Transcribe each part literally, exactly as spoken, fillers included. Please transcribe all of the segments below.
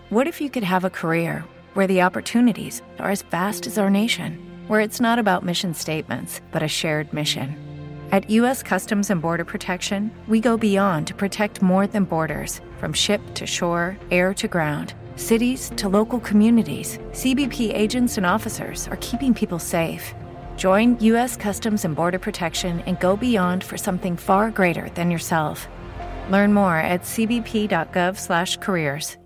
What if you could have a career where the opportunities are as vast as our nation, where it's not about mission statements, but a shared mission? At U S Customs and Border Protection, we go beyond to protect more than borders. From ship to shore, air to ground, cities to local communities, C B P agents and officers are keeping people safe. Join U S Customs and Border Protection and go beyond for something far greater than yourself. Learn more at c b p dot gov slash careers.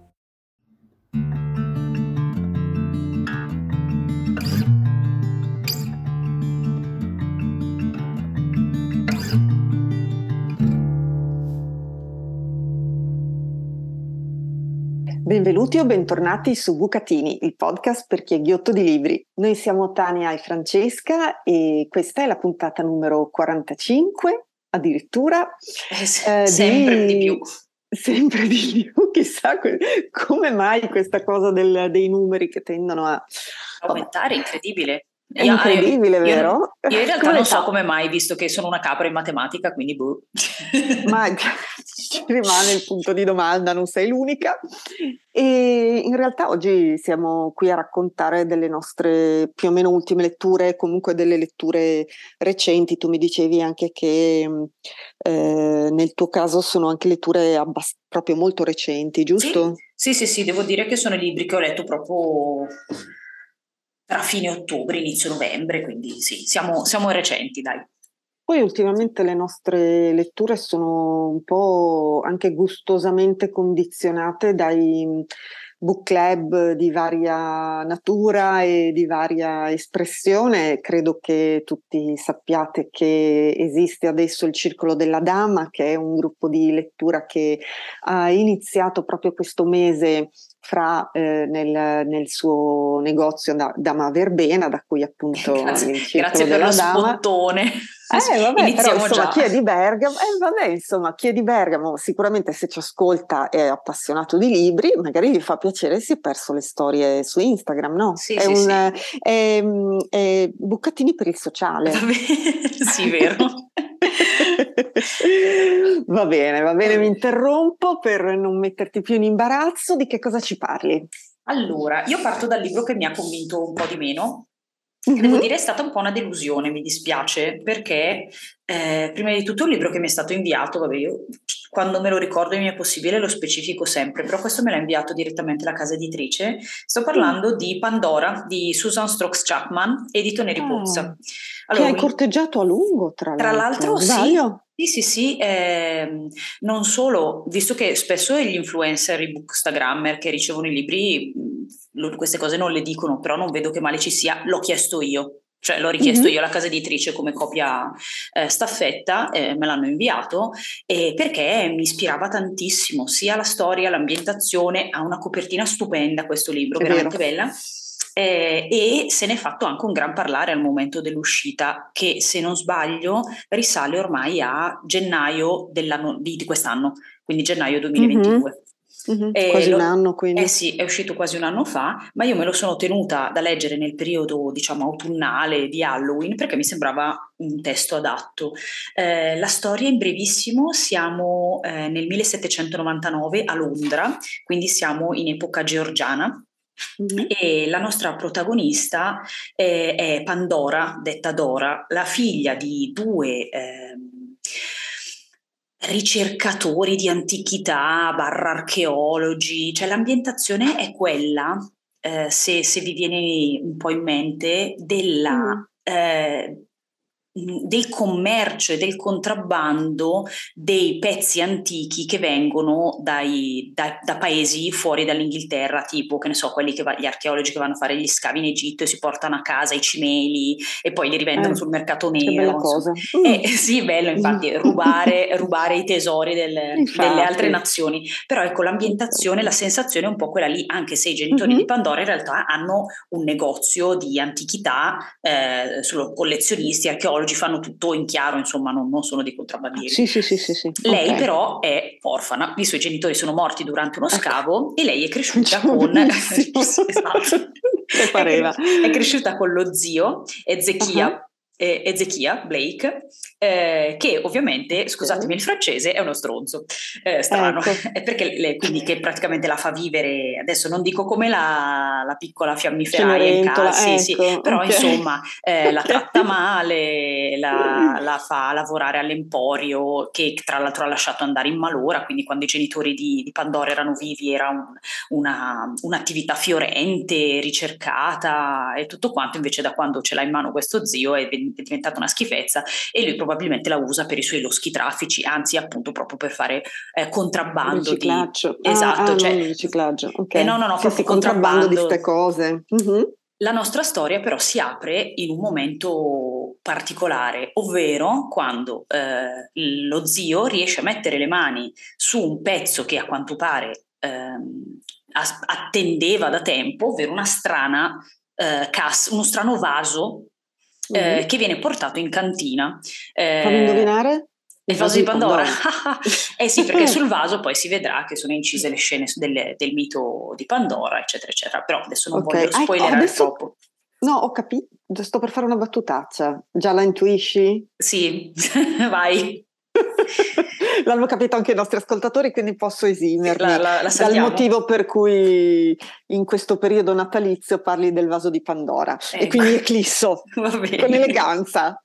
Benvenuti o bentornati su Bucatini, il podcast per chi è ghiotto di libri. Noi siamo Tania e Francesca e questa è la puntata numero quarantacinque, addirittura. Eh, sempre di, di più. Sempre di più, chissà come mai questa cosa del, dei numeri che tendono a aumentare, incredibile. È io, incredibile, io, vero? Io, io in realtà come non so fa? Come mai, visto che sono una capra in matematica, quindi boh. Ma ci rimane il punto di domanda, non sei l'unica. E in realtà oggi siamo qui a raccontare delle nostre più o meno ultime letture, comunque delle letture recenti. Tu mi dicevi anche che eh, nel tuo caso sono anche letture abbast- proprio molto recenti, giusto? Sì, sì, sì, sì, devo dire che sono i libri che ho letto proprio tra fine ottobre, inizio novembre, quindi sì, siamo, siamo recenti, dai. Poi ultimamente le nostre letture sono un po' anche gustosamente condizionate dai book club di varia natura e di varia espressione. Credo che tutti sappiate che esiste adesso il Circolo della Dama, che è un gruppo di lettura che ha iniziato proprio questo mese fra eh, nel, nel suo negozio da, Dama Verbena, da cui appunto grazie, il Circolo grazie per della lo Dama. Spottone. Eh vabbè, Iniziamo però insomma già. chi è di Bergamo, eh vabbè insomma chi è di Bergamo sicuramente se ci ascolta è appassionato di libri, magari gli fa piacere, si è perso le storie su Instagram, no? Sì, è sì, un sì. È, è Bucatini per il sociale. Sì, vero. Va bene, va bene, mi interrompo per non metterti più in imbarazzo. Di che cosa ci parli? Allora, io parto dal libro che mi ha convinto un po' di meno. Mm-hmm. Devo dire è stata un po' una delusione, mi dispiace, perché eh, prima di tutto è un libro che mi è stato inviato, vabbè io quando me lo ricordo e mi è possibile lo specifico sempre, però questo me l'ha inviato direttamente la casa editrice. Sto parlando mm. di Pandora di Susan Stroks Chapman, edito Neri Pozza. Ah, allora, che hai corteggiato a lungo tra, tra l'altro. l'altro, sì. Sì, sì, sì, eh, non solo, visto che spesso gli influencer, i bookstagrammer che ricevono i libri, lo, queste cose non le dicono, però non vedo che male ci sia, l'ho chiesto io, cioè l'ho richiesto mm-hmm. io alla casa editrice come copia eh, staffetta, eh, me l'hanno inviato, eh, perché mi ispirava tantissimo, sia la storia, l'ambientazione, ha una copertina stupenda questo libro, È veramente vero. bella. Eh, e se ne è fatto anche un gran parlare al momento dell'uscita, che se non sbaglio risale ormai a gennaio dell'anno, di, di quest'anno, quindi gennaio duemilaventidue. Mm-hmm. Mm-hmm. Eh, quasi lo, un anno quindi. Eh sì, è uscito quasi un anno fa, ma io me lo sono tenuta da leggere nel periodo diciamo autunnale di Halloween perché mi sembrava un testo adatto. Eh, la storia in brevissimo, siamo eh, nel millesettecentonovantanove a Londra, quindi siamo in epoca georgiana. Mm-hmm. E la nostra protagonista è, è Pandora, detta Dora, la figlia di due eh, ricercatori di antichità barra archeologi, cioè l'ambientazione è quella, eh, se, se vi viene un po' in mente, della... Mm. Eh, del commercio e del contrabbando dei pezzi antichi che vengono dai, da, da paesi fuori dall'Inghilterra, tipo che ne so, quelli che va, gli archeologi che vanno a fare gli scavi in Egitto e si portano a casa i cimeli e poi li rivendono eh, sul mercato nero. Che bella cosa. Mm. Eh, sì, bello infatti rubare, rubare i tesori del, delle altre nazioni, però ecco l'ambientazione, infatti. La sensazione è un po' quella lì, anche se i genitori mm-hmm. di Pandora in realtà hanno un negozio di antichità, eh, solo collezionisti, archeologi, fanno tutto in chiaro, insomma non, non sono dei contrabbandieri. Sì, sì, sì, sì, sì. Lei okay. però è orfana, i suoi genitori sono morti durante uno scavo ecco. E lei è cresciuta Ciao, con esatto. Che pareva. È, è cresciuta con lo zio Ezechia, uh-huh. eh, Ezechia Blake, eh, che ovviamente, scusatemi il francese, è uno stronzo, eh, strano, Ecco. è perché le, quindi che praticamente la fa vivere, adesso non dico come la, la piccola fiammiferaia in casa, sì, sì, Cenerentola, però ecco, ok. insomma eh, la Ok. tratta male, la, la fa lavorare all'emporio, che tra l'altro ha lasciato andare in malora, quindi quando i genitori di, di Pandora erano vivi era un, una, un'attività fiorente, ricercata e tutto quanto, invece da quando ce l'ha in mano questo zio è, è diventata una schifezza e lui probabilmente la usa per i suoi loschi traffici, anzi appunto proprio per fare eh, contrabbando di... Riciclaggio. Ah, Esatto, ah, cioè... non riciclaggio, ok. Eh no, no, no, Sì, proprio sì, contrabbando di contrabbando. ste cose. Mhm. La nostra storia però si apre in un momento particolare, ovvero quando eh, lo zio riesce a mettere le mani su un pezzo che a quanto pare ehm, as- attendeva da tempo, ovvero una strana eh, cassa, uno strano vaso eh, Mhm. che viene portato in cantina. Fammi Eh, indovinare il il vaso vaso di di Pandora. Pandora. Eh sì, perché sul vaso poi si vedrà che sono incise le scene delle- del mito di Pandora, eccetera, eccetera. Però adesso non Ok, voglio ah, ecco, spoilerare adesso troppo. no, ho capito, sto per fare una battutaccia. Già la intuisci? Sì, vai, L'hanno capito anche i nostri ascoltatori, quindi posso la, esimermi la- la dal saltiamo? motivo per cui in questo periodo natalizio parli del vaso di Pandora e Ecco, quindi eclisso va con bene. eleganza.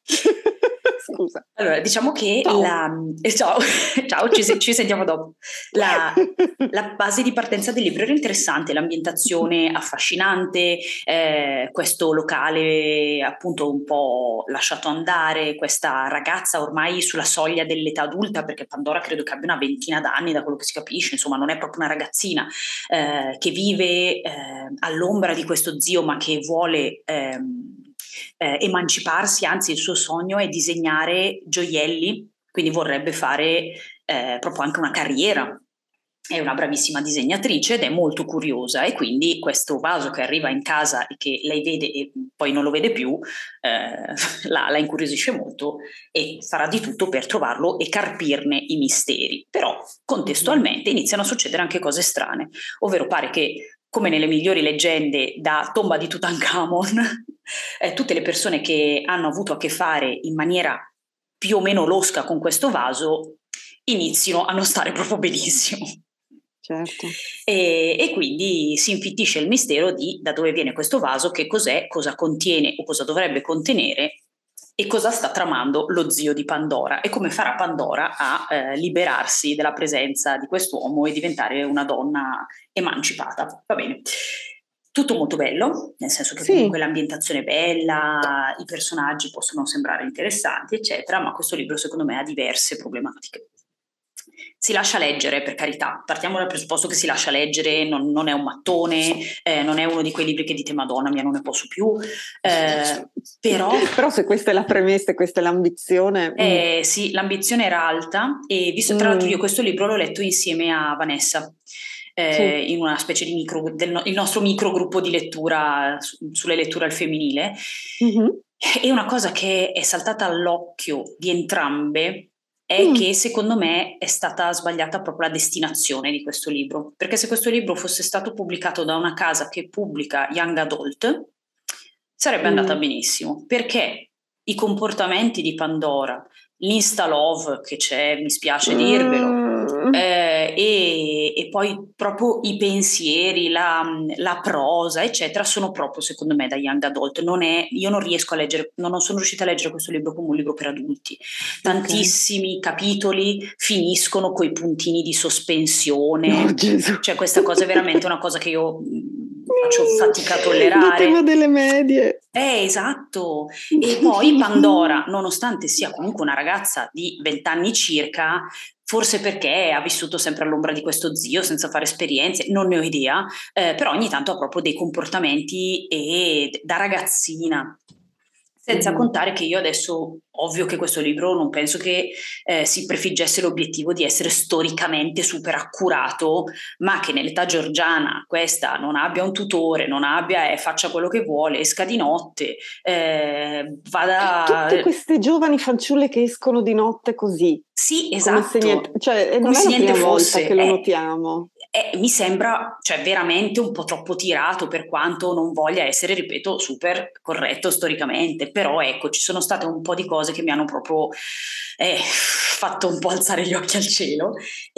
Scusa. Allora, diciamo che Ciao. la... eh, ciao, ciao, ci, se- ci sentiamo dopo. La, la base di partenza del libro era interessante, l'ambientazione affascinante, eh, questo locale appunto un po' lasciato andare, questa ragazza ormai sulla soglia dell'età adulta, perché Pandora credo che abbia una ventina d'anni da quello che si capisce, insomma non è proprio una ragazzina, eh, che vive eh, all'ombra di questo zio ma che vuole... ehm, eh, emanciparsi, anzi il suo sogno è disegnare gioielli, quindi vorrebbe fare eh, proprio anche una carriera. È una bravissima disegnatrice ed è molto curiosa e quindi questo vaso che arriva in casa e che lei vede e poi non lo vede più eh, la, la incuriosisce molto e farà di tutto per trovarlo e carpirne i misteri. Però contestualmente iniziano a succedere anche cose strane, ovvero pare che come nelle migliori leggende da tomba di Tutankhamon, eh, tutte le persone che hanno avuto a che fare in maniera più o meno losca con questo vaso inizino a non stare proprio benissimo. Certo. E, e quindi si infittisce il mistero di da dove viene questo vaso, che cos'è, cosa contiene o cosa dovrebbe contenere e cosa sta tramando lo zio di Pandora e come farà Pandora a eh, liberarsi della presenza di quest'uomo e diventare una donna emancipata. Va bene. Tutto molto bello, nel senso che comunque Sì, l'ambientazione è bella, i personaggi possono sembrare interessanti, eccetera, ma questo libro secondo me ha diverse problematiche. Si lascia leggere, per carità, partiamo dal presupposto che si lascia leggere, non, non è un mattone, eh, non è uno di quei libri che dite Madonna mia non ne posso più, eh, però... però se questa è la premessa e questa è l'ambizione... mm, Eh, sì, l'ambizione era alta e visto tra l'altro io mm, questo libro l'ho letto insieme a Vanessa, sì. eh, in una specie di micro, del no- il nostro microgruppo di lettura su- sulle letture al femminile, Mhm. e una cosa che è saltata all'occhio di entrambe è Mm, che secondo me è stata sbagliata proprio la destinazione di questo libro, perché se questo libro fosse stato pubblicato da una casa che pubblica young adult sarebbe andata mm, benissimo, perché i comportamenti di Pandora, l'insta love che c'è, mi spiace dirvelo, mm. eh, e, e poi proprio i pensieri, la, la prosa, eccetera, sono proprio secondo me da young adult. Non è, io non riesco a leggere, non sono riuscita a leggere questo libro come un libro per adulti. Ok. Tantissimi capitoli finiscono coi puntini di Oh sospensione, Gesù. cioè questa cosa è veramente una cosa che io mh, faccio fatica a Da tema tollerare. delle medie. Eh, esatto. E poi Pandora, nonostante sia comunque una ragazza di venti anni circa, forse perché ha vissuto sempre all'ombra di questo zio senza fare esperienze, non ne ho idea, eh, però ogni tanto ha proprio dei comportamenti e, da ragazzina. Senza Mhm. contare che io adesso, ovvio che questo libro non penso che eh, si prefiggesse l'obiettivo di essere storicamente super accurato, ma che nell'età georgiana questa non abbia un tutore, non abbia e faccia quello che vuole, esca di notte, eh, Tutte vada... queste giovani fanciulle che escono di notte così, Sì, come se niente, esatto, cioè, e come non è se la niente prima volta fosse. che lo È, notiamo. eh, mi sembra, cioè, veramente un po' troppo tirato, per quanto non voglia essere, ripeto, super corretto storicamente, però ecco, ci sono state un po' di cose che mi hanno proprio eh, fatto un po' alzare gli occhi al cielo,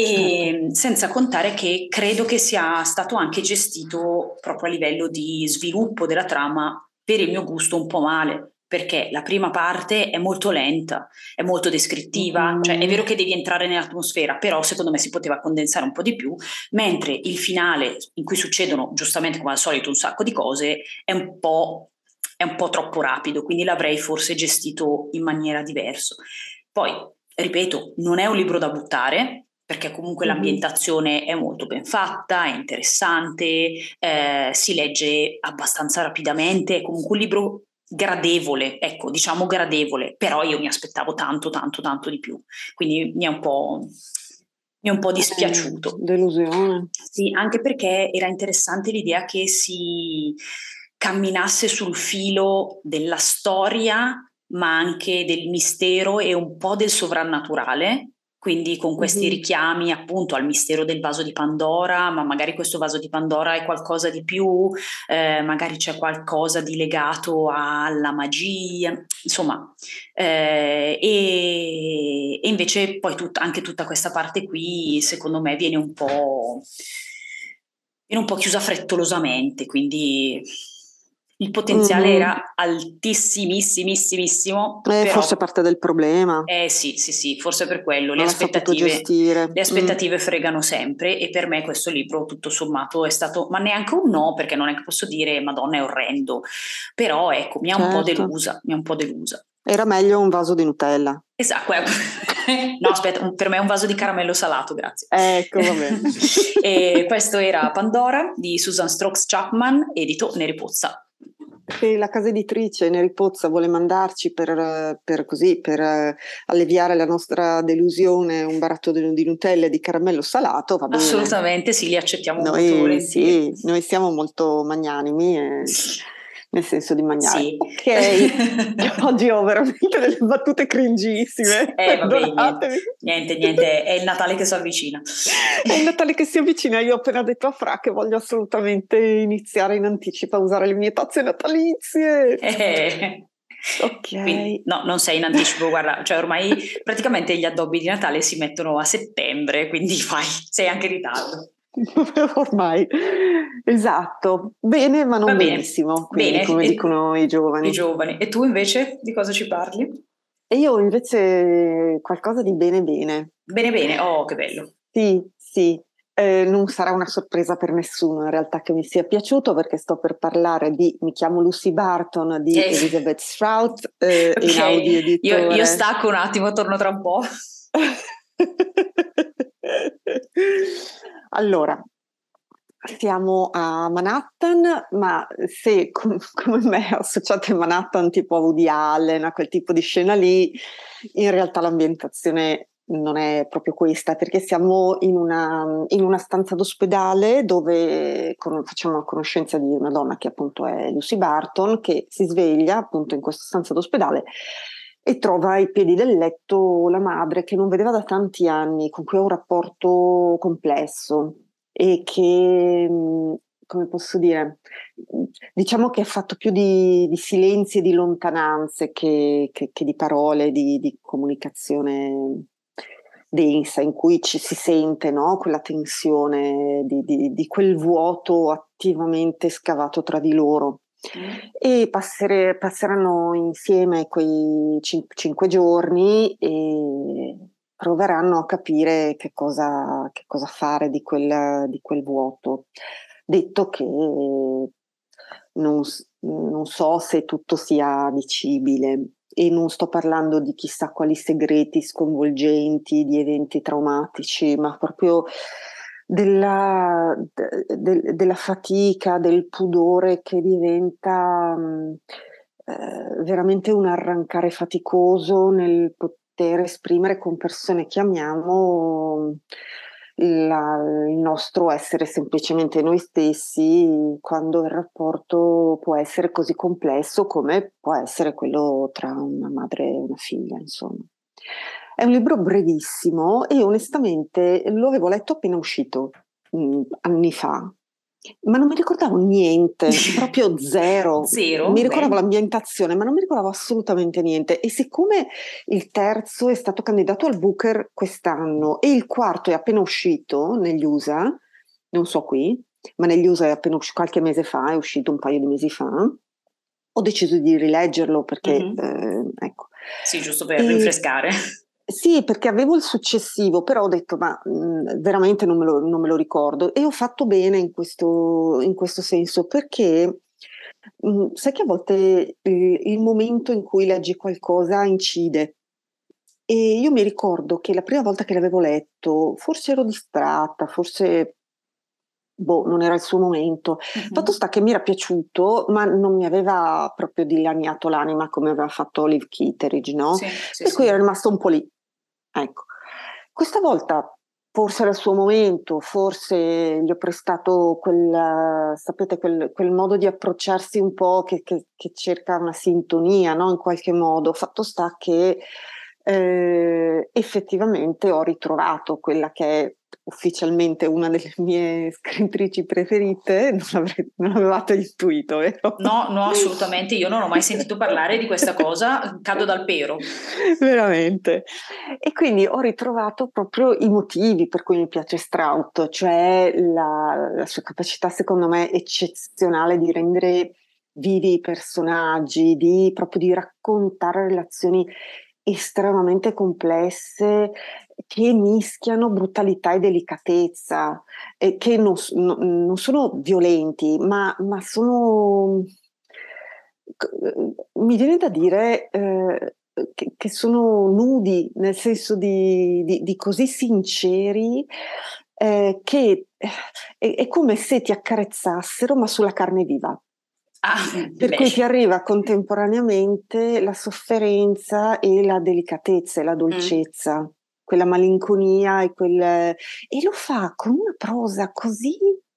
e Certo. senza contare che credo che sia stato anche gestito proprio a livello di sviluppo della trama, per il mio gusto, un po' male, perché la prima parte è molto lenta, è molto descrittiva, cioè è Mm. vero che devi entrare nell'atmosfera, però secondo me si poteva condensare un po' di più, mentre il finale, in cui succedono giustamente come al solito un sacco di cose, è un po', è un po' troppo rapido, quindi l'avrei forse gestito in maniera diversa. Poi, ripeto, non è un libro da buttare, perché comunque Mhm. l'ambientazione è molto ben fatta, è interessante, eh, si legge abbastanza rapidamente, è comunque un libro gradevole, ecco, diciamo gradevole, però io mi aspettavo tanto, tanto, tanto di più, quindi mi è un po', mi è un po' Eh, dispiaciuto. delusione. Sì, anche perché era interessante l'idea che si camminasse sul filo della storia, ma anche del mistero e un po' del sovrannaturale, quindi con questi Mhm. richiami appunto al mistero del vaso di Pandora, ma magari questo vaso di Pandora è qualcosa di più, eh, magari c'è qualcosa di legato alla magia, insomma, eh, e, e invece poi tut- anche tutta questa parte qui secondo me viene un po', viene un po' chiusa frettolosamente, quindi il potenziale Mhm. era altissimissimissimo, Eh, però forse parte del problema, eh sì, sì, sì, forse per quello, le non l'ha saputo aspettative, gestire. le Mm. aspettative fregano sempre, e per me questo libro tutto sommato è stato, ma neanche un no, perché non è che posso dire Madonna è orrendo, però ecco, mi ha un po' Certo, delusa, mi ha un po' delusa. era meglio un vaso di Nutella. Esatto, no aspetta, un- per me è un vaso di caramello salato, grazie. Ecco, va bene. E questo era Pandora di Susan Stokes Chapman, edito Neri Pozza. Se la casa editrice Neri Pozza vuole mandarci per, per così, per eh, alleviare la nostra delusione un barattolo di Nutella e di caramello salato, va bene. Assolutamente sì, li accettiamo molto Noi volentieri. sì, noi siamo molto magnanimi, eh, nel senso di mangiare. Sì. Ok, oggi ho veramente delle battute cringissime, Eh vabbè, niente, perdonatemi. niente, niente, è il Natale che si avvicina. È il Natale che si avvicina, io ho appena detto a Fra che voglio assolutamente iniziare in anticipo a usare le mie tazze natalizie. Eh, Ok. Quindi, no, non sei in anticipo, guarda, cioè ormai praticamente gli addobbi di Natale si mettono a settembre, quindi fai, sei anche in ritardo. Ormai, esatto, bene ma Va non bene, benissimo, quindi bene, come e, dicono i i giovani. giovani. E tu invece di cosa ci parli? E io invece qualcosa di bene bene. Bene, bene, oh che bello. Sì, sì, eh, non sarà una sorpresa per nessuno in realtà che mi sia piaciuto perché sto per parlare di Mi chiamo Lucy Barton di Eh, Elizabeth Strout eh, in audio ok, io, io editore. stacco un attimo, torno tra un po'. Allora, siamo a Manhattan, ma se com- come me associate Manhattan tipo a Woody Allen, a quel tipo di scena lì, in realtà l'ambientazione non è proprio questa, perché siamo in una, in una stanza d'ospedale dove con- facciamo la conoscenza di una donna che appunto è Lucy Barton, che si sveglia appunto in questa stanza d'ospedale e trova ai piedi del letto la madre che non vedeva da tanti anni, con cui ha un rapporto complesso e che, mh, come posso dire, diciamo che è fatto più di, di silenzi e di lontananze che, che- che di parole, di, di comunicazione densa, in cui ci si sente, no? Quella tensione di, di- di quel vuoto attivamente scavato tra di loro. E passere- passeranno insieme quei cin- cinque giorni e proveranno a capire che cosa, che cosa fare di quel, di quel vuoto. Detto che non, s- non so se tutto sia dicibile e non sto parlando di chissà quali segreti sconvolgenti, di eventi traumatici, ma proprio della, de- de- della fatica, del pudore che diventa mh, eh, veramente un arrancare faticoso nel poter esprimere con persone che amiamo la- il nostro essere semplicemente noi stessi, quando il rapporto può essere così complesso come può essere quello tra una madre e una figlia, insomma. È un libro brevissimo e onestamente lo avevo letto appena uscito. mh, anni fa, ma non mi ricordavo niente, proprio zero. Zero? Mi ricordavo Beh. l'ambientazione, ma non mi ricordavo assolutamente niente. E siccome il terzo è stato candidato al Booker quest'anno e il quarto è appena uscito negli U S A, non so qui, ma negli U S A è appena uscito qualche mese fa, è uscito un paio di mesi fa, ho deciso di rileggerlo perché, Mhm. eh, ecco. Sì, giusto per E, rinfrescare. sì, perché avevo il successivo, però ho detto, ma mh, veramente non me lo, non me lo ricordo. E ho fatto bene in questo, in questo senso, perché mh, sai che a volte il, il momento in cui leggi qualcosa incide. E io mi ricordo che la prima volta che l'avevo letto, forse ero distratta, forse boh, non era il suo momento. Fatto Mhm. sta che mi era piaciuto, ma non mi aveva proprio dilaniato l'anima come aveva fatto Olive Kitteridge, no? Sì, sì, Per cui sì. era rimasto un po' lì. Ecco. Questa volta forse era il suo momento, forse gli ho prestato quel, sapete, quel, quel modo di approcciarsi un po' che, che- che cerca una sintonia, no? In qualche modo. Fatto sta che eh, effettivamente ho ritrovato quella che è ufficialmente una delle mie scrittrici preferite, non, avrei, non avevate intuito, vero? No, no, assolutamente, io non ho mai sentito parlare di questa cosa, cado dal pero. Veramente. E quindi ho ritrovato proprio i motivi per cui mi piace Strout, cioè la, la sua capacità, secondo me, eccezionale di rendere vivi i personaggi, di proprio di raccontare relazioni estremamente complesse che mischiano brutalità e delicatezza, e che non, no- non sono violenti, ma, ma sono, mi viene da dire, eh, che, che sono nudi, nel senso di, di- di così sinceri, eh, che eh, è, è come se ti accarezzassero, ma sulla carne viva. Ah, Per beh. cui ti arriva contemporaneamente la sofferenza e la delicatezza e la Mm. dolcezza, quella malinconia e quel... E lo fa con una prosa così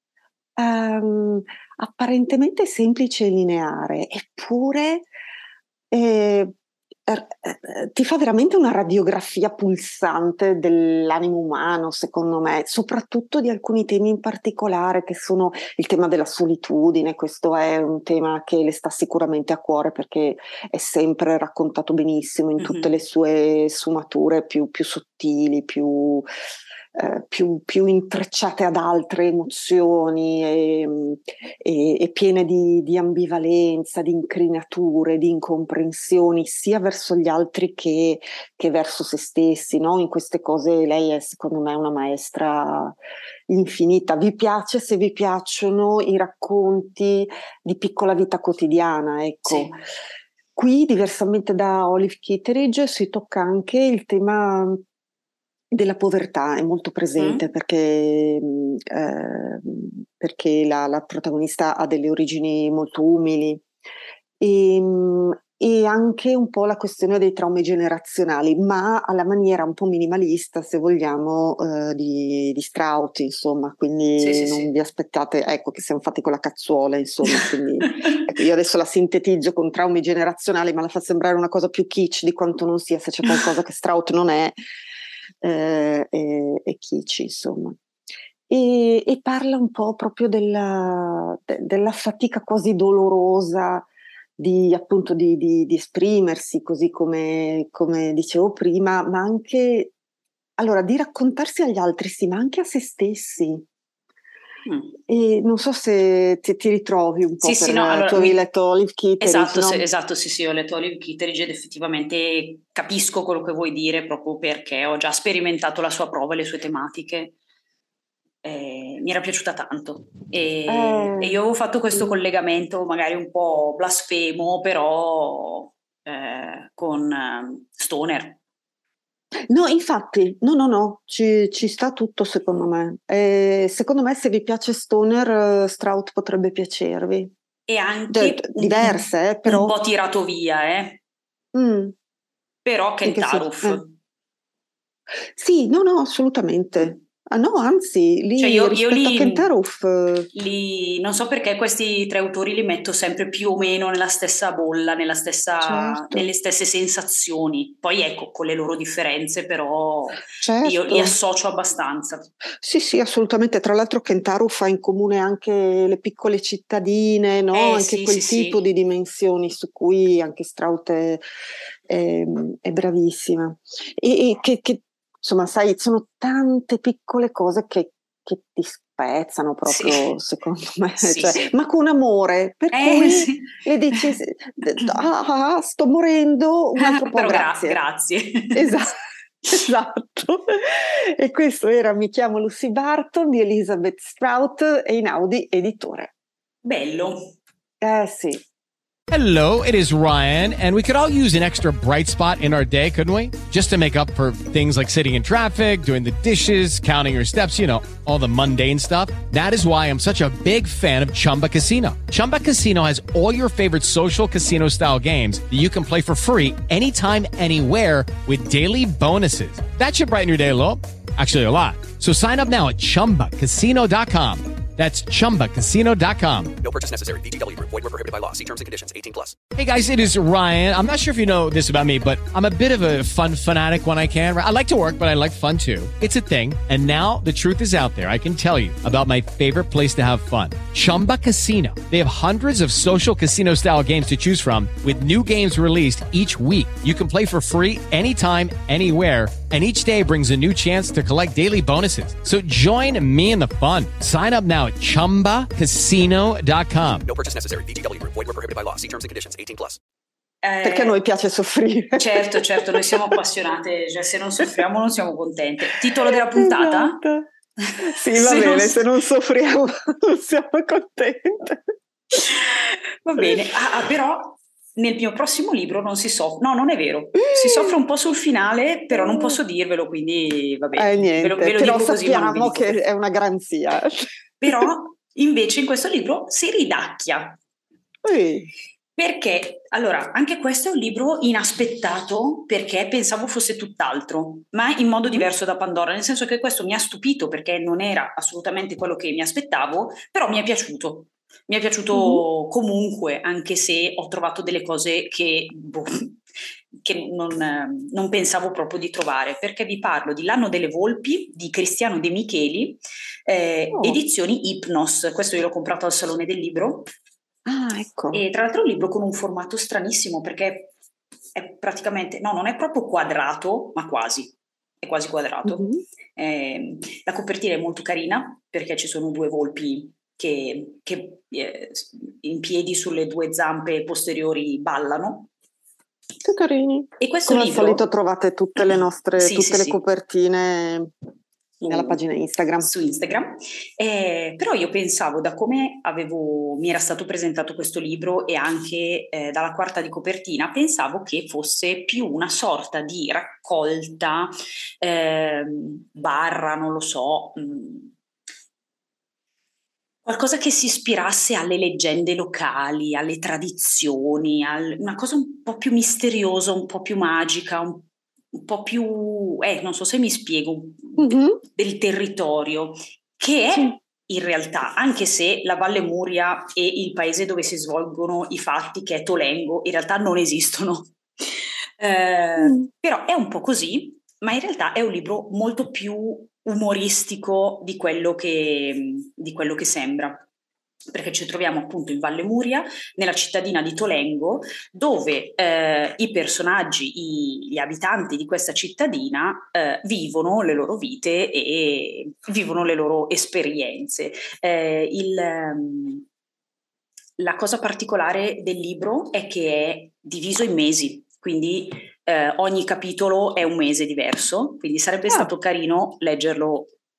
ehm, apparentemente semplice e lineare, eppure eh, er- eh, ti fa veramente una radiografia pulsante dell'animo umano, secondo me, soprattutto di alcuni temi in particolare, che sono il tema della solitudine. Questo è un tema che le sta sicuramente a cuore perché è sempre raccontato benissimo in tutte Mhm. le sue sfumature più, più sottili, più eh, più, più intrecciate ad altre emozioni e, e- e piene di, di ambivalenza, di incrinature, di incomprensioni, sia verso gli altri che, che verso se stessi, no? In queste cose lei è secondo me una maestra infinita. Vi piace se vi piacciono i racconti di piccola vita quotidiana, ecco. Sì. Qui, diversamente da Olive Kitteridge, si tocca anche il tema della povertà, è molto presente Mm. perché, mh, eh, perché la, la protagonista ha delle origini molto umili e, mh, e anche un po' la questione dei traumi generazionali, ma alla maniera un po' minimalista, se vogliamo, eh, di, di Strauss, insomma, Sì, sì, quindi non sì. vi aspettate, ecco, che siamo fatti con la cazzuola, insomma, quindi ecco, io adesso la sintetizzo con traumi generazionali, ma la fa sembrare una cosa più kitsch di quanto non sia, se c'è qualcosa che Strauss non è, eh, è, è kitsch, insomma. E, e parla un po' proprio della, de- della fatica quasi dolorosa di, appunto, di, di- di esprimersi, così come, come dicevo prima, ma anche, allora, di raccontarsi agli altri, sì, ma anche a se stessi. Mm. E non so se ti, ti ritrovi un Sì, po' sì, no, per... allora Tu avevi mi... letto Olive Kitteridge, Esatto, sì, no? esatto, sì, sì, ho letto Olive Kitteridge ed effettivamente capisco quello che vuoi dire proprio perché ho già sperimentato la sua prova e le sue tematiche. Eh, mi era piaciuta tanto e, e Eh, io avevo fatto questo sì. collegamento magari un po' blasfemo, però eh, con eh, Stoner. No, infatti, no, no, no, ci, ci sta tutto secondo me. E secondo me se vi piace Stoner, eh, Strout potrebbe piacervi. E D- anche d- un, un- diverse, eh, un però. po' tirato via, eh? Mm, Però in che senso? Kentaroof. Eh. Sì, no, no, Mm. assolutamente, Ah no, anzi, lì Cioè io, io rispetto li, a Kentaroof, eh, li- non so perché questi tre autori li metto sempre più o meno nella stessa bolla, nella stessa, nelle certo, stesse sensazioni. Poi ecco, con le loro differenze, però io li certo. associo abbastanza. Sì, sì, assolutamente. Tra l'altro Kentaro fa in comune anche le piccole cittadine, no? Eh Anche sì, sì, quel tipo di sì. dimensioni su cui anche Strout è, è- è bravissima. E, e che, che, insomma, sai, sono tante piccole cose che, che ti spezzano Sì, proprio, secondo me, sì, cioè, sì. ma con amore, per Eh cui sì. le dici, ah, ah, ah, sto morendo, un altro po', Però gra- grazie. grazie. Esatto. Esatto, e questo era Mi chiamo Lucy Barton di Elizabeth Strout e Inaudi editore. Bello. Eh sì. Hello, it is Ryan, and we could all use an extra bright spot in our day, couldn't we? Just to make up for things like sitting in traffic, doing the dishes, counting your steps, you know, all the mundane stuff. That is why I'm such a big fan of Chumba Casino. Chumba Casino has all your favorite social casino style games that you can play for free anytime, anywhere with daily bonuses. That should brighten your day a little. Actually, a lot. So sign up now at chumba casino dot com. That's chumba casino dot com. No purchase necessary. V G W Group. Void were prohibited by law. See terms and conditions. eighteen plus. Hey guys, it is Ryan. I'm not sure if you know this about me, but I'm a bit of a fun fanatic when I can. I like to work, but I like fun too. It's a thing. And now the truth is out there. I can tell you about my favorite place to have fun. Chumba Casino. They have hundreds of social casino style games to choose from with new games released each week. You can play for free anytime, anywhere. And each day brings a new chance to collect daily bonuses. So join me in the fun. Sign up now at chumba casino dot com. No purchase necessary. V G W Group. Void were prohibited by law. See terms and conditions. eighteen plus. Eh, Perché a noi piace soffrire. Certo, certo, noi siamo appassionate, cioè se non soffriamo non siamo contente. Titolo della puntata? Esatto. Sì, va Se non- bene, se non soffriamo non siamo contente. Va bene, ah, ah, però nel mio prossimo libro non si soffre, no, non è vero, si soffre un po' sul finale, però non posso dirvero, quindi va bene, Eh, niente, ve lo, ve lo però dico così, ma non vi sappiamo dico che perché. è una garanzia. Però invece in questo libro si ridacchia. Ui, Perché, allora, anche questo è un libro inaspettato perché pensavo fosse tutt'altro, ma in modo diverso da Pandora, nel senso che questo mi ha stupito perché non era assolutamente quello che mi aspettavo, però mi è piaciuto. Mi è piaciuto comunque, anche se ho trovato delle cose che, boh, che non, eh, non pensavo proprio di trovare, perché vi parlo di L'anno delle volpi di Cristiano De Micheli, eh, Oh. edizioni Hypnos. Questo io l'ho comprato al Salone del Libro. Ah, ecco. E tra l'altro è un libro con un formato stranissimo perché è praticamente, no, non è proprio quadrato, ma quasi, è quasi quadrato. Mhm. Eh, la copertina è molto carina perché ci sono due volpi che, che eh, in piedi sulle due zampe posteriori ballano. Che carini. E questo Come al libro... solito trovate tutte le nostre, Sì, tutte sì, le sì. copertine Su- nella pagina Instagram. su Instagram. Eh, però io pensavo, da come avevo, mi era stato presentato questo libro e anche eh, dalla quarta di copertina, pensavo che fosse più una sorta di raccolta ehm, barra, non lo so, mh, qualcosa che si ispirasse alle leggende locali, alle tradizioni, al- una cosa un po' più misteriosa, un po' più magica, un, un po' più, eh, non so se mi spiego, Mhm. del territorio, che è Sì. in realtà, anche se la Valle Muria e il paese dove si svolgono i fatti, che è Tolengo, in realtà non esistono. Eh, Mm. Però è un po' così, ma in realtà è un libro molto più umoristico di quello che, di quello che sembra, perché ci troviamo appunto in Valle Muria, nella cittadina di Tolengo, dove eh, i personaggi, i, gli abitanti di questa cittadina eh, vivono le loro vite e vivono le loro esperienze. Eh, il, ehm, la cosa particolare del libro è che è diviso in mesi, quindi eh, ogni capitolo è un mese diverso, quindi sarebbe Ah. stato carino leggerlo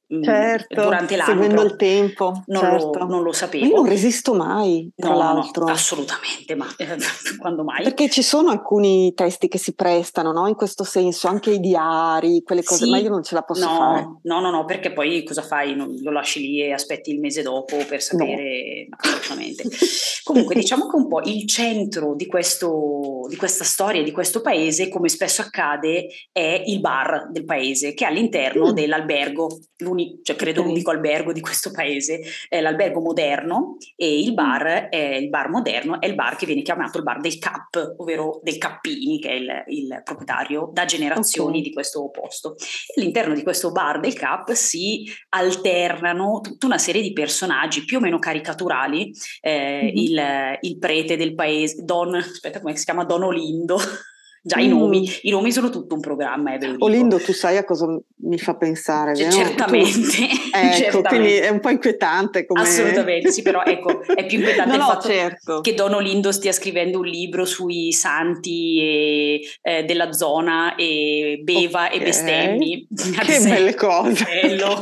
mh, Certo, durante l'anno, seguendo però il tempo, non, certo. lo, non lo Io sapevo. non resisto mai, tra No, no, no, l'altro. assolutamente, ma eh, quando mai? Perché ci sono alcuni testi che si prestano, no? In questo senso, anche i diari, quelle cose, ma io Sì, non ce la posso no, fare. no, no, no, perché poi cosa fai? Non- lo lasci lì e aspetti il mese dopo per No. sapere? No, assolutamente. Comunque, diciamo che un po' il centro di questo, di questa storia, di questo paese, come spesso accade, è il bar del paese, che è all'interno Mm, dell'albergo, l'uni- cioè credo ok. l'unico albergo di questo paese, è l'albergo moderno, e il Mm, bar, è, il bar moderno è il bar che viene chiamato il bar del Cap, ovvero del Cappini, che è il, il proprietario da generazioni ok. di questo posto. All'interno di questo bar del Cap si alternano tutta una serie di personaggi più o meno caricaturali, eh, Mhm. il, il prete del paese, Don, aspetta come si chiama, Don Olindo. Già i nomi, Mm. i nomi sono tutto un programma, eh, ve lo dico. Olindo, tu sai a cosa mi fa pensare, C- vero? certamente, Tu... Ecco, quindi certamente. è un po' inquietante come... Assolutamente, sì, però ecco, è più inquietante No, il no, fatto certo. che Don Olindo stia scrivendo un libro sui santi e, eh, della zona e beva e Ok, bestemmi, ad che esempio. belle cose. Bello.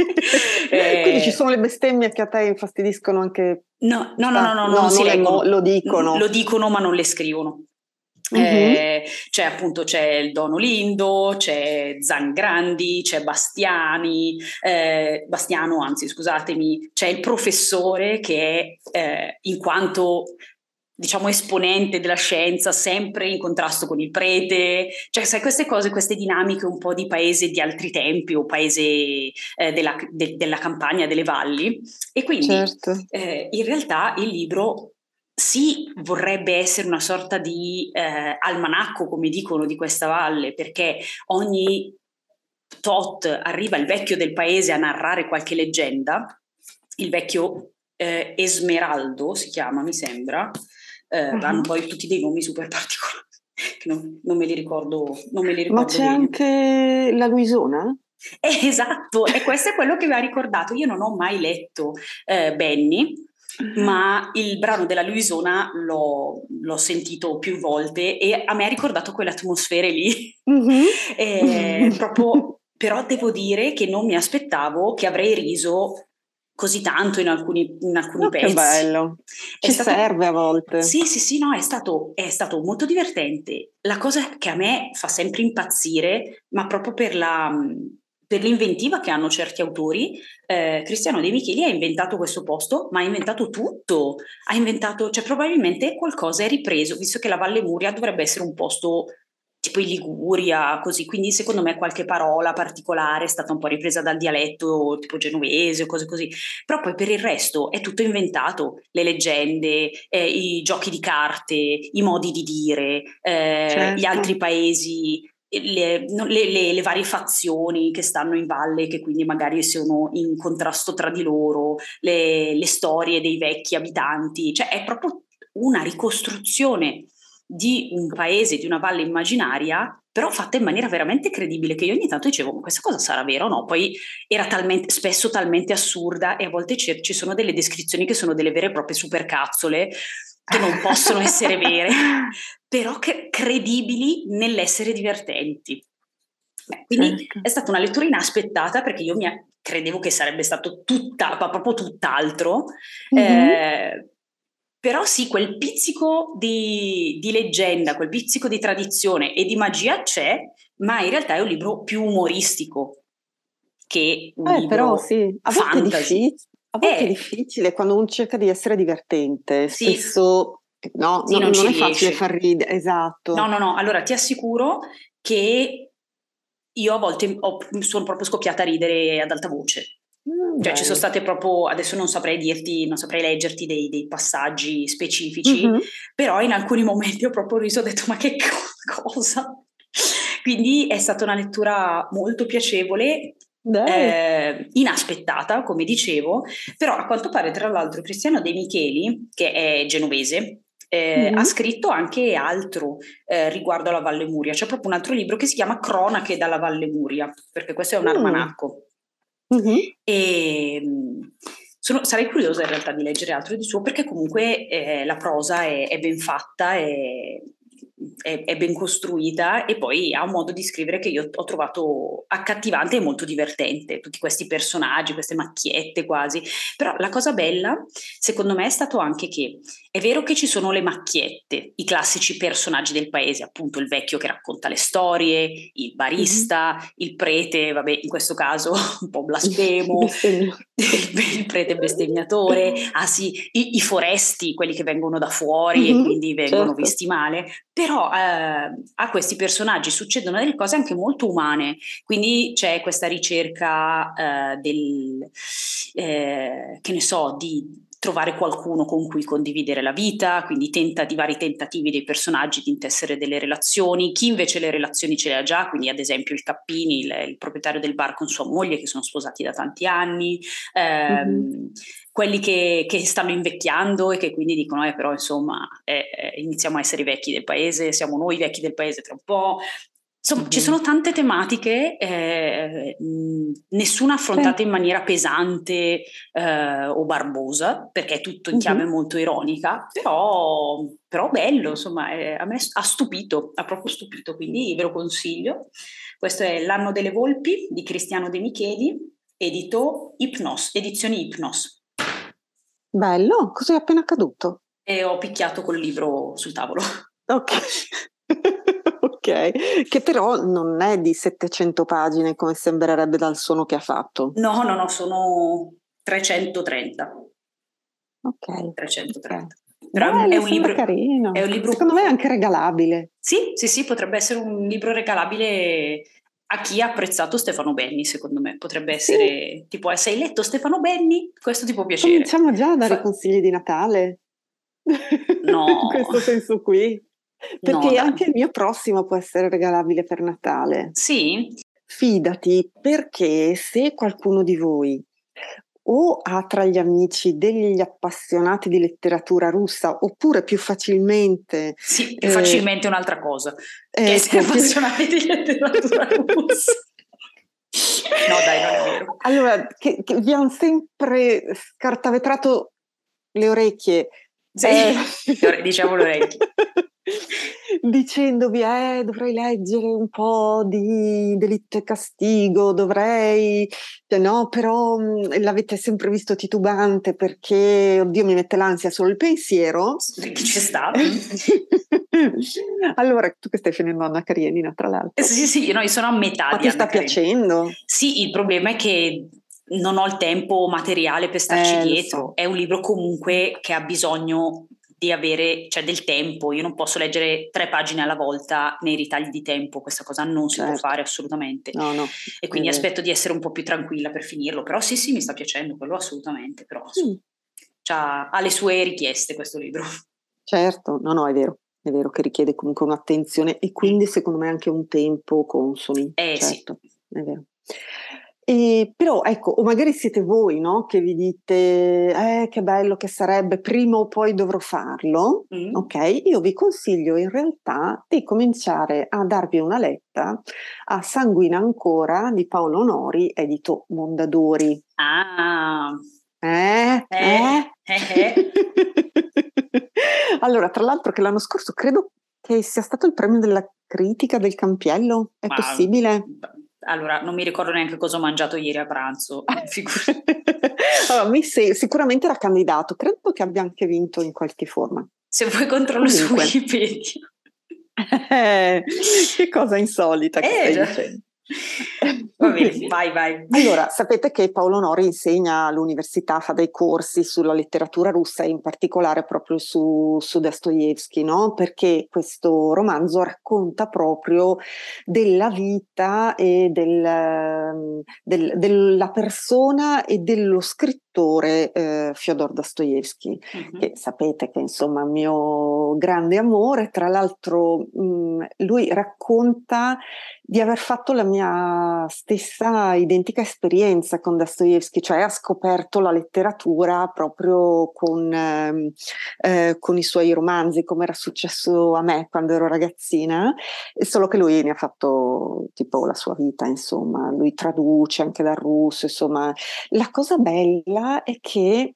Ok. Quindi ci Eh, sono le bestemmie che a te infastidiscono anche... No, no, no, no, no, No, non si non le mo- leggono, lo lo dicono. dicono ma non le scrivono. Mhm. Eh, c'è appunto c'è il Don Olindo, c'è Zangrandi, c'è Bastiani, eh, Bastiano, anzi scusatemi, c'è il professore che è eh, in quanto diciamo esponente della scienza sempre in contrasto con il prete, cioè sai queste cose, queste dinamiche un po' di paese di altri tempi o paese eh, della, de- della campagna, delle valli, e quindi Certo. eh, in realtà il libro sì, vorrebbe essere una sorta di eh, almanacco, come dicono, di questa valle, perché ogni tot arriva il vecchio del paese a narrare qualche leggenda, il vecchio eh, Esmeraldo si chiama, mi sembra, eh, Uh-huh. hanno poi tutti dei nomi super particolari, che non, non me li ricordo, non me li Ma ricordo c'è bene. anche la Luisona? Eh, esatto, e questo è quello che mi ha ricordato. Io non ho mai letto eh, Benny, ma il brano della Luisona l'ho, l'ho sentito più volte e a me ha ricordato quelle atmosfere lì. Mhm. Eh, proprio, però devo dire che non mi aspettavo che avrei riso così tanto in alcuni, in alcuni Oh, che pezzi. bello, È ci stato, serve a volte. sì, sì, sì, no, è stato, è stato molto divertente. La cosa che a me fa sempre impazzire, ma proprio per la, per l'inventiva che hanno certi autori, eh, Cristiano De Micheli ha inventato questo posto, ma ha inventato tutto. Ha inventato, cioè probabilmente qualcosa è ripreso, visto che la Valle Muria dovrebbe essere un posto tipo in Liguria, così, quindi secondo me qualche parola particolare è stata un po' ripresa dal dialetto tipo genovese o cose così, però poi per il resto è tutto inventato, le leggende, eh, i giochi di carte, i modi di dire, eh, Certo. gli altri paesi, le, le, le, le varie fazioni che stanno in valle, che quindi magari sono in contrasto tra di loro, le, le storie dei vecchi abitanti, cioè è proprio una ricostruzione di un paese, di una valle immaginaria, però fatta in maniera veramente credibile, che io ogni tanto dicevo, ma questa cosa sarà vera o no? Poi era talmente, spesso talmente assurda, e a volte ci, ci sono delle descrizioni che sono delle vere e proprie supercazzole, che non possono essere vere, però che, credibili nell'essere divertenti. Beh, quindi Certo. è stata una lettura inaspettata, perché io mi credevo che sarebbe stato tutta, ma proprio tutt'altro. Mhm. Eh, però sì, quel pizzico di, di leggenda, quel pizzico di tradizione e di magia c'è, ma in realtà è un libro più umoristico che un Eh, però libro sì, a volte è fantasy. difficile, a volte è Eh, difficile quando uno cerca di essere divertente, sì, spesso no, sì, no- non non ci è facile riesce. far ridere, No, esatto. no, no, allora ti assicuro che io a volte ho- sono proprio scoppiata a ridere ad alta voce. Mm, Cioè ci sono bello. state proprio, adesso non saprei dirti, non saprei leggerti dei, dei passaggi specifici, Mhm. però in alcuni momenti ho proprio riso e ho detto ma che co- cosa? Quindi è stata una lettura molto piacevole, Dai. eh, inaspettata, come dicevo, però a quanto pare tra l'altro Cristiano De Micheli, che è genovese, eh, ha Mhm. scritto anche altro eh, riguardo alla Valle Muria. C'è proprio un altro libro che si chiama Cronache dalla Valle Muria, perché questo è un Mm. almanacco. Mhm. E mh, sono- sarei curiosa in realtà di leggere altro di suo, perché comunque eh, la prosa è, è ben fatta e è, è ben costruita e poi ha un modo di scrivere che io ho trovato accattivante e molto divertente, tutti questi personaggi, queste macchiette quasi, però la cosa bella secondo me è stato anche che è vero che ci sono le macchiette, i classici personaggi del paese, appunto il vecchio che racconta le storie, il barista, mm-hmm. il prete, vabbè in questo caso un po' blasfemo, il prete bestemmiatore, ah sì, i, i foresti, quelli che vengono da fuori mm-hmm, e quindi vengono certo. visti male, però eh, a questi personaggi succedono delle cose anche molto umane, quindi c'è questa ricerca eh, del, eh, che ne so, di trovare qualcuno con cui condividere la vita, quindi tenta di vari tentativi dei personaggi di intessere delle relazioni, chi invece le relazioni ce le ha già, quindi ad esempio il Cappini, il, il proprietario del bar con sua moglie che sono sposati da tanti anni, ehm, mm-hmm. quelli che, che stanno invecchiando e che quindi dicono eh però insomma eh, eh, iniziamo a essere i vecchi del paese, siamo noi i vecchi del paese tra un po'. Insomma, mm-hmm. ci sono tante tematiche, eh, mh, nessuna affrontata sì. in maniera pesante eh, o barbosa, perché è tutto in chiave mm-hmm. molto ironica, però, però bello, insomma, eh, a me ha stupito, ha proprio stupito, quindi ve lo consiglio. Questo è L'anno delle volpi di Cristiano De Micheli, edito Hypnos, edizioni Hypnos. Bello, cosa è appena accaduto? E ho picchiato col libro sul tavolo. Ok. Ok, che però non è di settecento pagine come sembrerebbe dal suono che ha fatto. No, no, no, sono trecentotrenta. Ok. trecentotrenta. Okay. Però Bello, è un libro carino. È un libro secondo me è anche regalabile. Sì, sì, sì, potrebbe essere un libro regalabile a chi ha apprezzato Stefano Benni, secondo me. Potrebbe essere sì. tipo, se hai letto Stefano Benni, questo ti può piacere. Cominciamo già a dare Fa... consigli di Natale. No. In questo senso qui. Perché no, anche il mio prossimo può essere regalabile per Natale. Sì? Fidati, perché se qualcuno di voi o ha tra gli amici degli appassionati di letteratura russa oppure più facilmente... Sì, più eh, facilmente un'altra cosa. Che ecco, essere appassionati di letteratura russa. No dai, non è vero. Allora, che, che vi hanno sempre scartavetrato le orecchie. Sì, eh, diciamo le orecchie. Dicendovi eh dovrei leggere un po' di Delitto e Castigo, dovrei cioè, no però mh, l'avete sempre visto titubante perché oddio mi mette l'ansia solo il pensiero. Che ci sta. Allora tu che stai finendo Anna Karenina tra l'altro. Sì sì, no, io sono a metà. Ma di ti Anna sta Karenina. Piacendo? Sì, il problema è che non ho il tempo materiale per starci eh, dietro, so. È un libro comunque che ha bisogno di avere, cioè del tempo, io non posso leggere tre pagine alla volta nei ritagli di tempo, questa cosa non certo. si può fare assolutamente, no, no, e quindi aspetto di essere un po' più tranquilla per finirlo, però sì sì mi sta piacendo, quello assolutamente, però mm. c'ha, ha le sue richieste questo libro. Certo, no no è vero, è vero che richiede comunque un'attenzione e quindi mm. secondo me anche un tempo consoni, eh, certo, sì. È vero. E però ecco, o magari siete voi, no? Che vi dite eh che bello che sarebbe, prima o poi dovrò farlo, mm. ok? Io vi consiglio in realtà di cominciare a darvi una letta a Sanguina ancora di Paolo Nori, edito Mondadori. Ah, eh? Eh? eh? eh. Allora, tra l'altro che l'anno scorso credo che sia stato il premio della critica del Campiello, è Ma... possibile? Allora, non mi ricordo neanche cosa ho mangiato ieri a pranzo. Allora, mi sei, sicuramente era candidato, credo che abbia anche vinto in qualche forma. Se vuoi controllo su Wikipedia. Eh, che cosa insolita che eh, stai già. dicendo. Va bene, vai, vai. Allora, sapete che Paolo Nori insegna all'università, fa dei corsi sulla letteratura russa e in particolare proprio su, su Dostoevskij, no? Perché questo romanzo racconta proprio della vita e del, del, della persona e dello scrittore eh, Fyodor Dostoevskij, uh-huh. che sapete che insomma è il mio grande amore. Tra l'altro mh, lui racconta di aver fatto la mia stessa identica esperienza con Dostoevskij, cioè ha scoperto la letteratura proprio con, eh, eh, con i suoi romanzi, come era successo a me quando ero ragazzina, e solo che lui ne ha fatto tipo la sua vita, insomma, lui traduce anche dal russo, insomma. La cosa bella è che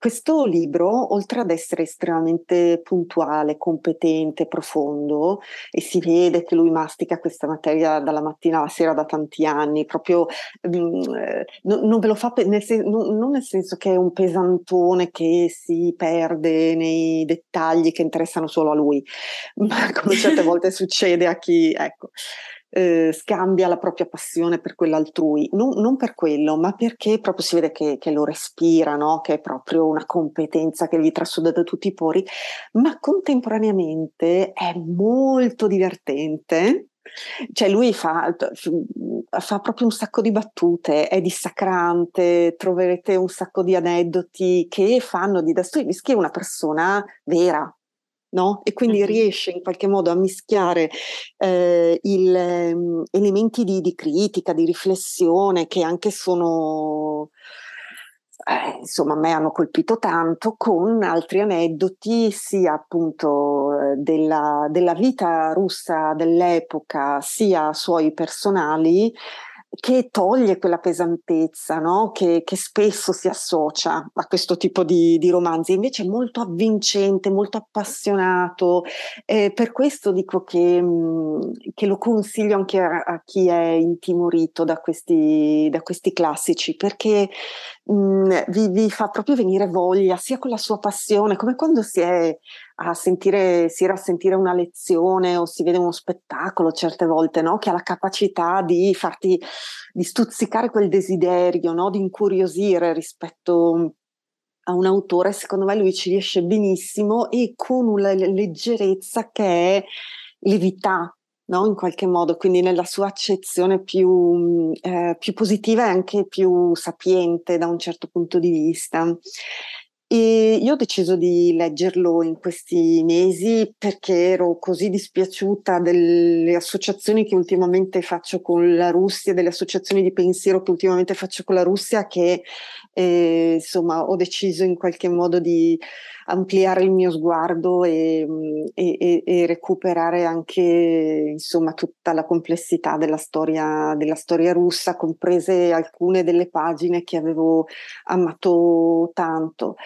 questo libro, oltre ad essere estremamente puntuale, competente, profondo, e si vede che lui mastica questa materia dalla mattina alla sera da tanti anni, proprio mh, eh, non, non ve lo fa pe- nel sen- non, non nel senso che è un pesantone che si perde nei dettagli che interessano solo a lui, ma come certe volte succede a chi, ecco, eh, scambia la propria passione per quella altrui, non, non per quello, ma perché proprio si vede che, che lo respira, no? Che è proprio una competenza che gli trasuda da tutti i pori, ma contemporaneamente è molto divertente. Cioè lui fa, fa proprio un sacco di battute, è dissacrante, troverete un sacco di aneddoti che fanno di Dostoevskij una persona vera, no? E quindi Mhm. riesce in qualche modo a mischiare eh, il, ehm, elementi di, di critica, di riflessione che anche sono, eh, insomma, a me hanno colpito tanto, con altri aneddoti sia appunto eh, della, della vita russa dell'epoca, sia suoi personali, che toglie quella pesantezza, no? Che, che spesso si associa a questo tipo di, di romanzi, invece è molto avvincente, molto appassionato. Eh, per questo dico che, mh, che lo consiglio anche a, a chi è intimorito da questi, da questi classici, perché mh, vi, vi fa proprio venire voglia, sia con la sua passione, come quando si è a sentire, si era a sentire una lezione o si vede uno spettacolo certe volte, no? Che ha la capacità di farti, di stuzzicare quel desiderio, no? Di incuriosire rispetto a un autore. Secondo me lui ci riesce benissimo e con una leggerezza che è levità, no? In qualche modo, quindi nella sua accezione più, eh, più positiva e anche più sapiente da un certo punto di vista. E io ho deciso di leggerlo in questi mesi perché ero così dispiaciuta delle associazioni che ultimamente faccio con la Russia, delle associazioni di pensiero che ultimamente faccio con la Russia, che eh, insomma ho deciso in qualche modo di ampliare il mio sguardo e, e, e, e recuperare anche insomma tutta la complessità della storia, della storia russa, comprese alcune delle pagine che avevo amato tanto.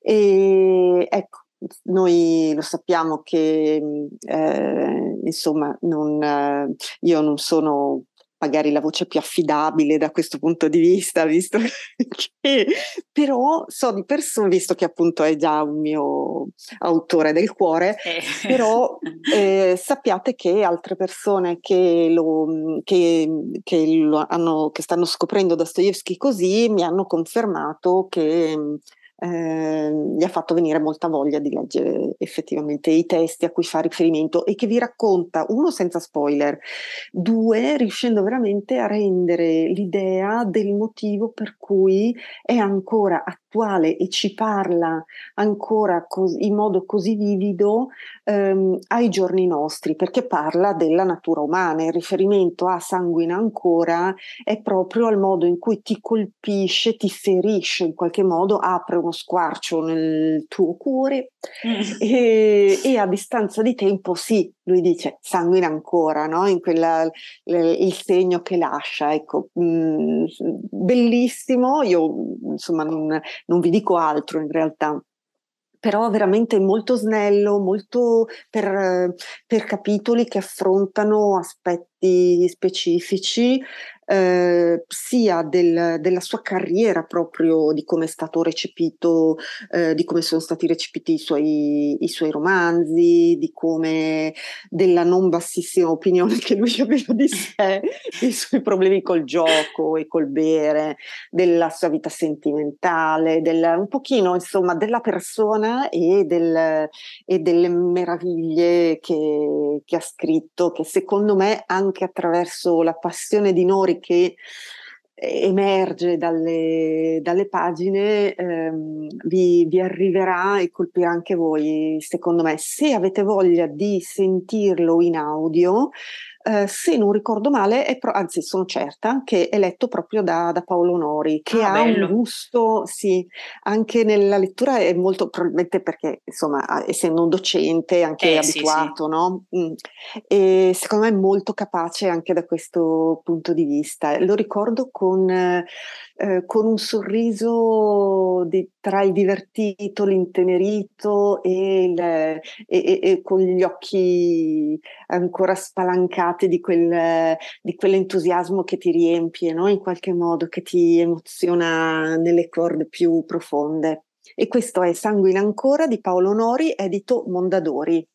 E ecco, noi lo sappiamo che eh, insomma non, eh, io non sono magari la voce più affidabile da questo punto di vista, visto che però so di persone, visto che appunto è già un mio autore del cuore, Eh. però eh, sappiate che altre persone che lo, che, che lo hanno, che stanno scoprendo Dostoevskij così mi hanno confermato che Eh, gli ha fatto venire molta voglia di leggere effettivamente i testi a cui fa riferimento e che vi racconta, uno, senza spoiler, due, riuscendo veramente a rendere l'idea del motivo per cui è ancora attuale e ci parla ancora cos- in modo così vivido ehm, ai giorni nostri, perché parla della natura umana. Il riferimento a Sanguina ancora è proprio al modo in cui ti colpisce, ti ferisce in qualche modo, apre uno squarcio nel tuo cuore Mm. e, e a distanza di tempo, sì, lui dice sanguina ancora, no? In quella, le, il segno che lascia, ecco, mh, bellissimo. Io insomma non, non vi dico altro in realtà. Però veramente molto snello, molto per, per capitoli che affrontano aspetti specifici, eh, sia del, della sua carriera proprio, di come è stato recepito, eh, di come sono stati recepiti i suoi, i suoi romanzi, di come della non bassissima opinione che lui aveva di sé, dei suoi problemi col gioco e col bere, della sua vita sentimentale, del, un pochino insomma della persona e, del, e delle meraviglie che, che ha scritto, che secondo me anche attraverso la passione di Nori che emerge dalle, dalle pagine ehm, vi, vi arriverà e colpirà anche voi, secondo me. Se avete voglia di sentirlo in audio, eh, se non ricordo male, è pro- anzi sono certa che è letto proprio da, da Paolo Nori, che Ah, ha bello. un gusto, sì, anche nella lettura è molto, probabilmente perché insomma essendo un docente anche Eh, sì, abituato, no? Mm. E secondo me è molto capace anche da questo punto di vista. Lo ricordo con, eh, con un sorriso di, tra il divertito, l'intenerito e, il, e, e, e con gli occhi ancora spalancati di, quel, di quell'entusiasmo che ti riempie, no? In qualche modo, che ti emoziona nelle corde più profonde. E questo è Sanguina ancora di Paolo Nori, edito Mondadori.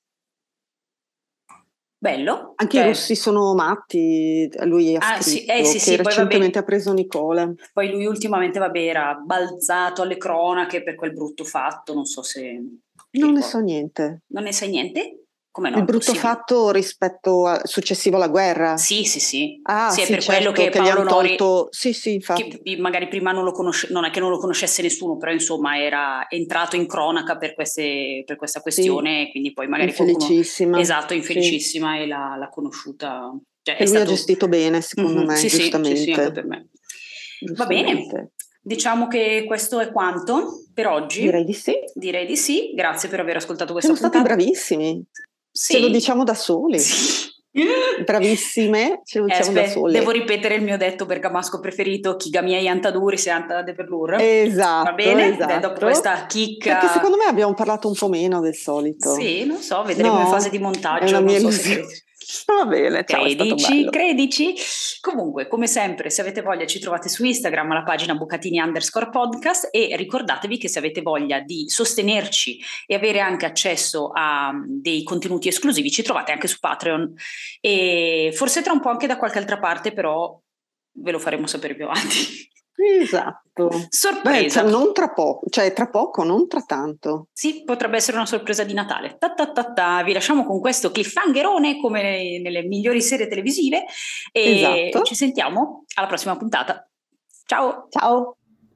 Bello. Anche cioè, i russi sono matti, lui ha ah, scritto, sì, eh, sì, che sì, poi recentemente vabbè, ha preso Nicola. poi lui ultimamente, vabbè, era balzato alle cronache per quel brutto fatto, non so se ti Non ne ricordi. so niente. Non ne sai niente? Come no? Il È brutto possibile. fatto rispetto a, successivo alla guerra? Sì, sì, sì. Ah, Sì, è sì, per quello certo, che che gli Paolo hanno Nori, tolto... Sì, sì, infatti. che magari prima non lo conosce, non è che non lo conoscesse nessuno, però insomma era entrato in cronaca per, queste, per questa questione, Sì, quindi poi magari qualcuno, infelicissima. esatto, Sì. infelicissima, e l'ha, l'ha conosciuta. Cioè, Che è lui ha stato... gestito bene, secondo Mhm, me, sì, sì, giustamente. sì, sì, anche per me. Va bene, Giustamente. diciamo che questo è quanto per oggi. Direi di sì. Direi di sì, grazie per aver ascoltato questa Siamo stati puntata. bravissimi. Sì. Ce lo diciamo da soli. Sì. Bravissime, ce lo Eh, diciamo da aspetta, soli. devo ripetere il mio detto bergamasco preferito, chi gamia iantaduri se anta de per lur. Esatto, Va bene? esatto. Dai, dopo questa chicca... Perché secondo me abbiamo parlato un po' meno del solito. Sì, non so, vedremo No? in fase di È montaggio, una non mia so se illusione. credi. Va bene, ciao, è stato Credici, bello. credici. Comunque, come sempre, se avete voglia ci trovate su Instagram alla pagina Bucatini underscore podcast, e ricordatevi che se avete voglia di sostenerci e avere anche accesso a dei contenuti esclusivi ci trovate anche su Patreon, e forse tra un po' anche da qualche altra parte, però ve lo faremo sapere più avanti. Esatto. Sorpresa. Beh, cioè, non tra poco, cioè tra poco, non tra tanto. Sì, potrebbe essere una sorpresa di Natale. Ta ta ta ta. Vi lasciamo con questo cliffhangerone come nelle migliori serie televisive e Esatto. ci sentiamo alla prossima puntata. Ciao! Ciao!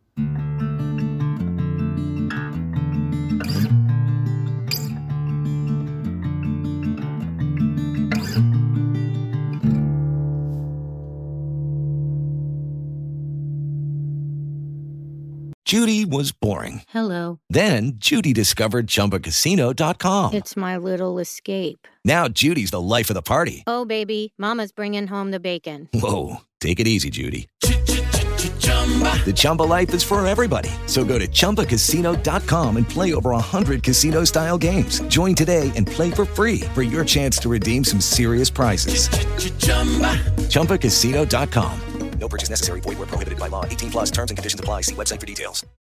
Judy was boring. Hello. Then Judy discovered Chumba Casino dot com. It's my little escape. Now Judy's the life of the party. Oh, baby, mama's bringing home the bacon. Whoa, take it easy, Judy. The Chumba life is for everybody. So go to Chumba Casino dot com and play over one hundred casino-style games. Join today and play for free for your chance to redeem some serious prizes. Chumba Casino dot com. No purchase necessary. Void where prohibited by law. eighteen plus terms and conditions apply. See website for details.